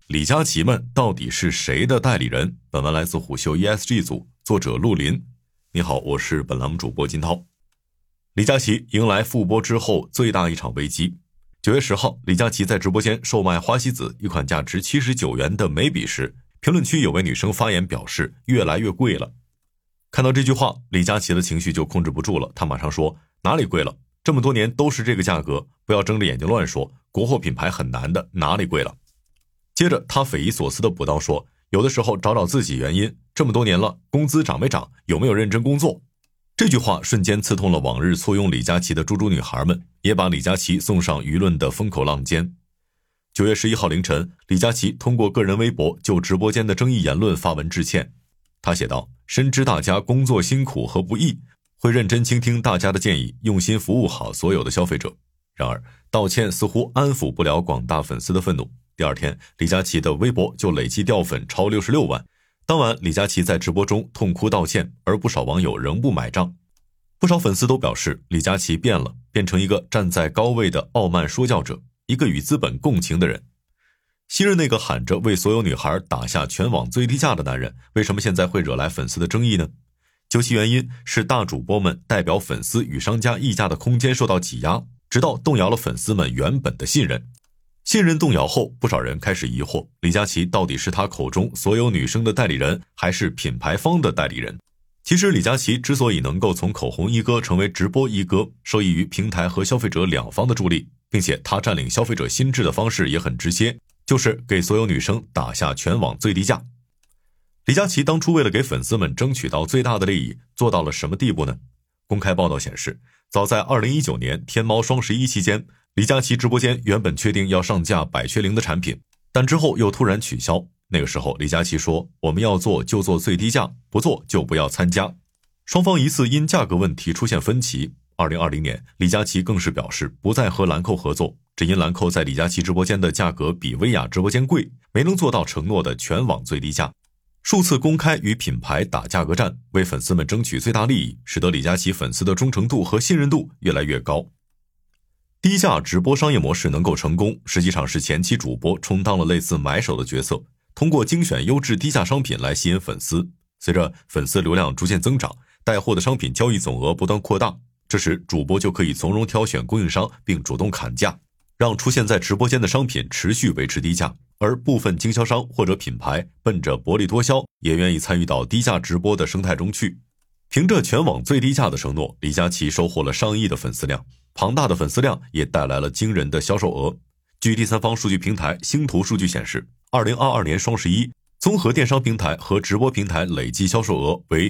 李佳琦们到底是谁的代理人？本文来自虎嗅 ESG 组，作者陆林。你好，我是本栏目主播金涛。李佳琦迎来复播之后最大一场危机。9月10号，李佳琦在直播间售卖花西子一款价值79元的眉笔时，评论区有位女生发言表示越来越贵了。看到这句话，李佳琦的情绪就控制不住了，他马上说哪里贵了？这么多年都是这个价格，不要睁着眼睛乱说，国货品牌很难的，哪里贵了？接着他匪夷所思地补刀说，有的时候找找自己原因，这么多年了，工资涨没涨，有没有认真工作？这句话瞬间刺痛了往日簇拥李佳琦的猪猪女孩们，也把李佳琦送上舆论的风口浪尖。9月11号凌晨，李佳琦通过个人微博就直播间的争议言论发文致歉。他写道，深知大家工作辛苦和不易，会认真倾听大家的建议，用心服务好所有的消费者。然而，道歉似乎安抚不了广大粉丝的愤怒。第二天，李佳琦的微博就累计掉粉超66万。当晚，李佳琦在直播中痛哭道歉，而不少网友仍不买账。不少粉丝都表示，李佳琦变了，变成一个站在高位的傲慢说教者，一个与资本共情的人。昔日那个喊着为所有女孩打下全网最低价的男人，为什么现在会惹来粉丝的争议呢？究其原因，是大主播们代表粉丝与商家议价的空间受到挤压，直到动摇了粉丝们原本的信任。信任动摇后，不少人开始疑惑，李佳琦到底是他口中所有女生的代理人，还是品牌方的代理人？其实李佳琦之所以能够从口红一哥成为直播一哥，受益于平台和消费者两方的助力，并且他占领消费者心智的方式也很直接，就是给所有女生打下全网最低价。李佳琦当初为了给粉丝们争取到最大的利益，做到了什么地步呢？公开报道显示，早在2019年天猫双11期间，李佳琦直播间原本确定要上架百雀羚的产品，但之后又突然取消。那个时候李佳琦说，我们要做就做最低价，不做就不要参加。双方一次因价格问题出现分歧。2020年，李佳琦更是表示不再和兰蔻合作，只因兰蔻在李佳琦直播间的价格比薇娅直播间贵，没能做到承诺的全网最低价。数次公开与品牌打价格战，为粉丝们争取最大利益，使得李佳琦粉丝的忠诚度和信任度越来越高。低价直播商业模式能够成功，实际上是前期主播充当了类似买手的角色，通过精选优质低价商品来吸引粉丝。随着粉丝流量逐渐增长，带货的商品交易总额不断扩大，这时主播就可以从容挑选供应商，并主动砍价，让出现在直播间的商品持续维持低价。而部分经销商或者品牌奔着薄利多销，也愿意参与到低价直播的生态中去。凭着全网最低价的承诺，李佳琦收获了上亿的粉丝量，庞大的粉丝量也带来了惊人的销售额。据第三方数据平台星图数据显示，2022年双11，综合电商平台和直播平台累计销售额为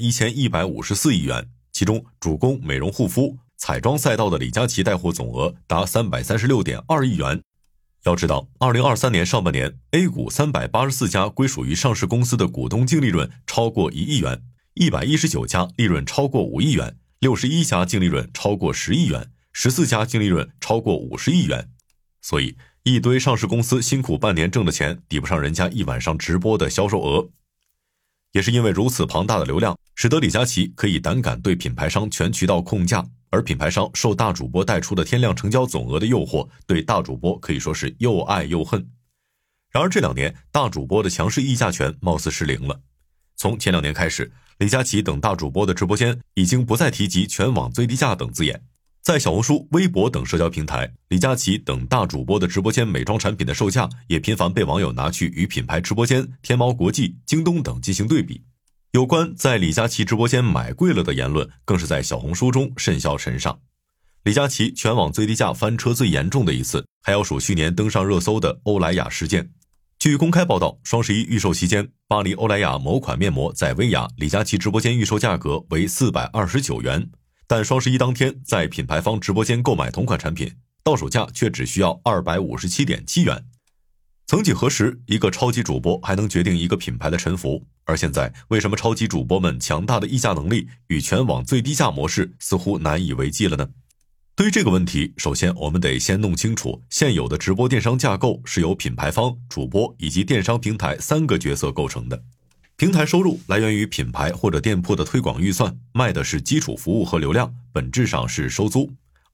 11154亿元，其中主攻美容护肤、彩妆赛道的李佳琦带货总额达336.2亿元。要知道，2023年上半年 A 股384家归属于上市公司的股东净利润超过1亿元，119家利润超过5亿元，61家净利润超过10亿元，14家净利润超过50亿元。所以一堆上市公司辛苦半年挣的钱抵不上人家一晚上直播的销售额。也是因为如此庞大的流量，使得李佳琦可以胆敢对品牌商全渠道控价，而品牌商受大主播带出的天量成交总额的诱惑，对大主播可以说是又爱又恨。然而这2年，大主播的强势议价权貌似失灵了。从前2年开始，李佳琦等大主播的直播间已经不再提及全网最低价等字眼。在小红书、微博等社交平台，李佳琦等大主播的直播间美妆产品的售价也频繁被网友拿去与品牌直播间、天猫国际、京东等进行对比。有关在李佳琦直播间买贵了的言论，更是在小红书中甚嚣尘上。李佳琦全网最低价翻车最严重的一次，还要数去年登上热搜的欧莱雅事件。据公开报道，双11预售期间，巴黎欧莱雅某款面膜在薇娅、李佳琦直播间预售价格为429元，但双11当天在品牌方直播间购买同款产品，到手价却只需要257.7元。曾几何时，一个超级主播还能决定一个品牌的沉浮，而现在为什么超级主播们强大的议价能力与全网最低价模式似乎难以为继了呢？对于这个问题，首先我们得先弄清楚现有的直播电商架构是由品牌方、主播以及电商平台3个角色构成的。平台收入来源于品牌或者店铺的推广预算，卖的是基础服务和流量，本质上是收租。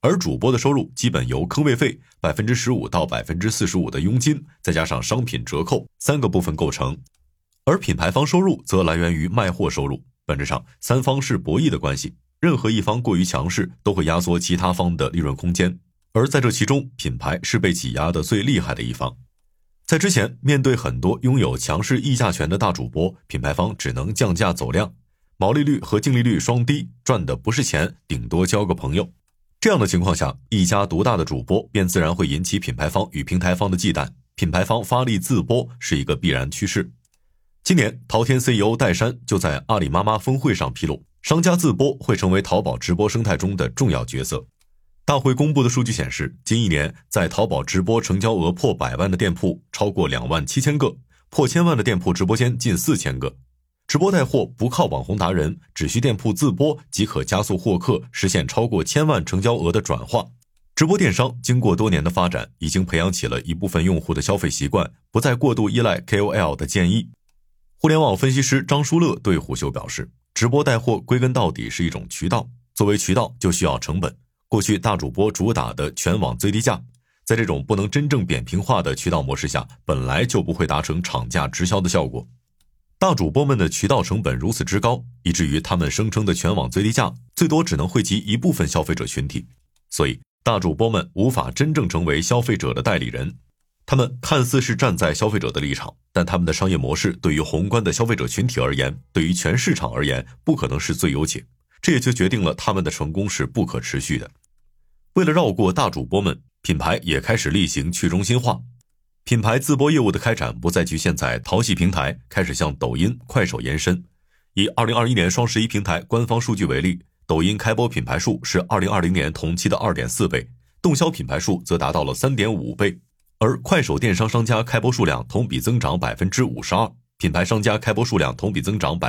而主播的收入基本由坑位费、15%到45%的佣金，再加上商品折扣3个部分构成。而品牌方收入则来源于卖货收入，本质上三方是博弈的关系，任何一方过于强势都会压缩其他方的利润空间，而在这其中，品牌是被挤压的最厉害的一方。在之前，面对很多拥有强势议价权的大主播，品牌方只能降价走量，毛利率和净利率双低，赚的不是钱，顶多交个朋友。这样的情况下，一家独大的主播便自然会引起品牌方与平台方的忌惮，品牌方发力自播是一个必然趋势。今年，淘天 CEO 戴珊就在阿里妈妈峰会上披露，商家自播会成为淘宝直播生态中的重要角色。大会公布的数据显示，近1年在淘宝直播成交额破100万的店铺超过27000个，破1000万的店铺直播间近4000个。直播带货不靠网红达人，只需店铺自播即可加速获客，实现超过1000万成交额的转化。直播电商经过多年的发展，已经培养起了一部分用户的消费习惯，不再过度依赖 KOL 的建议。互联网分析师张书乐对虎嗅表示，直播带货归根到底是一种渠道，作为渠道就需要成本。过去大主播主打的全网最低价，在这种不能真正扁平化的渠道模式下，本来就不会达成厂价直销的效果。大主播们的渠道成本如此之高，以至于他们声称的全网最低价最多只能惠及一部分消费者群体，所以大主播们无法真正成为消费者的代理人。他们看似是站在消费者的立场，但他们的商业模式对于宏观的消费者群体而言，对于全市场而言，不可能是最优解。这也就决定了他们的成功是不可持续的。为了绕过大主播们，品牌也开始例行去中心化。品牌自播业务的开展不再局限在淘系平台，开始向抖音、快手延伸。以2021年双11平台官方数据为例，抖音开播品牌数是2020年同期的 2.4 倍，动销品牌数则达到了 3.5 倍。而快手电商商家开播数量同比增长 52%， 品牌商家开播数量同比增长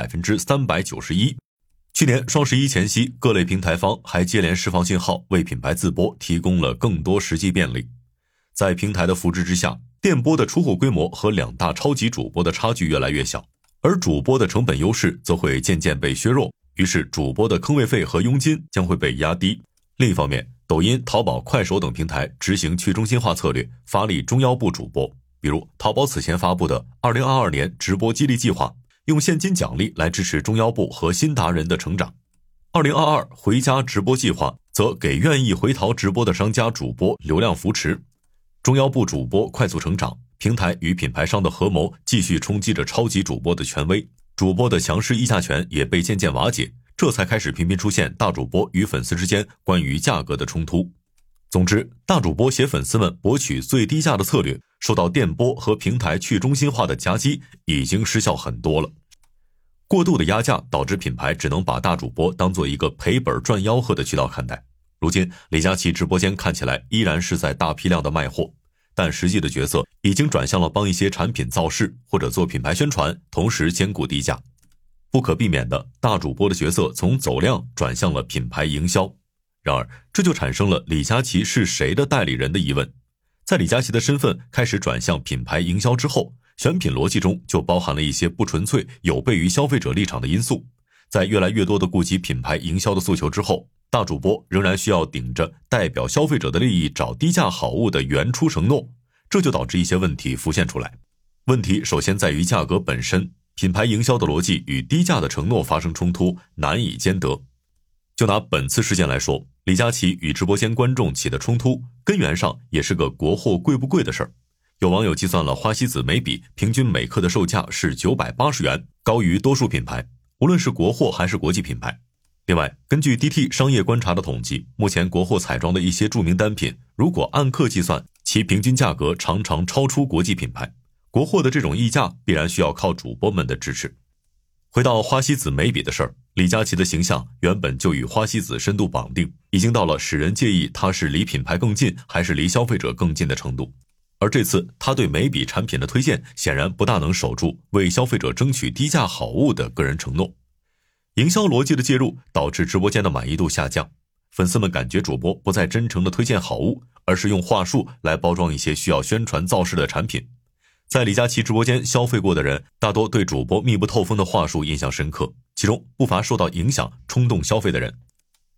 391%。去年双11前夕，各类平台方还接连释放信号，为品牌自播提供了更多实际便利。在平台的扶持之下，电播的出货规模和两大超级主播的差距越来越小，而主播的成本优势则会渐渐被削弱，于是主播的坑位费和佣金将会被压低。另一方面，抖音、淘宝、快手等平台执行去中心化策略，发力中腰部主播，比如淘宝此前发布的2022年直播激励计划，用现金奖励来支持中腰部和新达人的成长。2022回家直播计划则给愿意回淘直播的商家主播流量扶持。中腰部主播快速成长，平台与品牌商的合谋继续冲击着超级主播的权威，主播的强势议价权也被渐渐瓦解，这才开始频频出现大主播与粉丝之间关于价格的冲突。总之，大主播携粉丝们博取最低价的策略，受到电播和平台去中心化的夹击，已经失效很多了。过度的压价导致品牌只能把大主播当做一个赔本赚吆喝的渠道看待。如今李佳琦直播间看起来依然是在大批量的卖货，但实际的角色已经转向了帮一些产品造势或者做品牌宣传，同时兼顾低价。不可避免的，大主播的角色从走量转向了品牌营销。然而这就产生了李佳琦是谁的代理人的疑问。在李佳琦的身份开始转向品牌营销之后，选品逻辑中就包含了一些不纯粹有悖于消费者立场的因素。在越来越多的顾及品牌营销的诉求之后，大主播仍然需要顶着代表消费者的利益找低价好物的原初承诺，这就导致一些问题浮现出来。问题首先在于价格本身，品牌营销的逻辑与低价的承诺发生冲突，难以兼得。就拿本次事件来说，李佳琦与直播间观众起的冲突，根源上也是个国货贵不贵的事儿。有网友计算了花西子眉笔平均每克的售价是980元，高于多数品牌，无论是国货还是国际品牌。另外，根据 DT 商业观察的统计，目前国货彩妆的一些著名单品，如果按克计算，其平均价格常常超出国际品牌。国货的这种溢价必然需要靠主播们的支持。回到花西子眉笔的事儿，李佳琦的形象原本就与花西子深度绑定，已经到了使人介意他是离品牌更近还是离消费者更近的程度。而这次他对眉笔产品的推荐显然不大能守住为消费者争取低价好物的个人承诺。营销逻辑的介入导致直播间的满意度下降，粉丝们感觉主播不再真诚地推荐好物，而是用话术来包装一些需要宣传造势的产品。在李佳琦直播间消费过的人大多对主播密不透风的话术印象深刻，其中不乏受到影响冲动消费的人。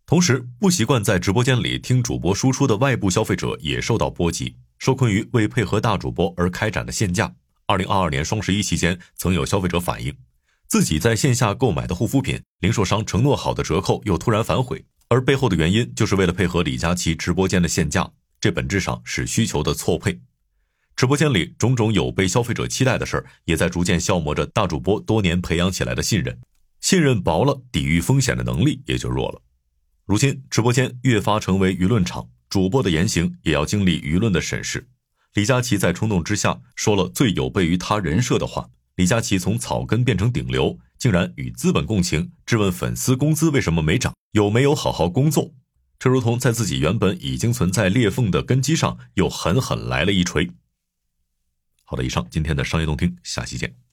同时，不习惯在直播间里听主播输出的外部消费者也受到波及，受困于为配合大主播而开展的限价。2022年双11期间，曾有消费者反映，自己在线下购买的护肤品，零售商承诺好的折扣又突然反悔，而背后的原因就是为了配合李佳琦直播间的限价，这本质上是需求的错配。直播间里种种有被消费者期待的事儿，也在逐渐消磨着大主播多年培养起来的信任。信任薄了，抵御风险的能力也就弱了。如今直播间越发成为舆论场，主播的言行也要经历舆论的审视。李佳琦在冲动之下说了最有悖于他人设的话，李佳琦从草根变成顶流，竟然与资本共情，质问粉丝工资为什么没涨，有没有好好工作。这如同在自己原本已经存在裂缝的根基上又狠狠来了一锤。好的，以上今天的商业动听，下期见。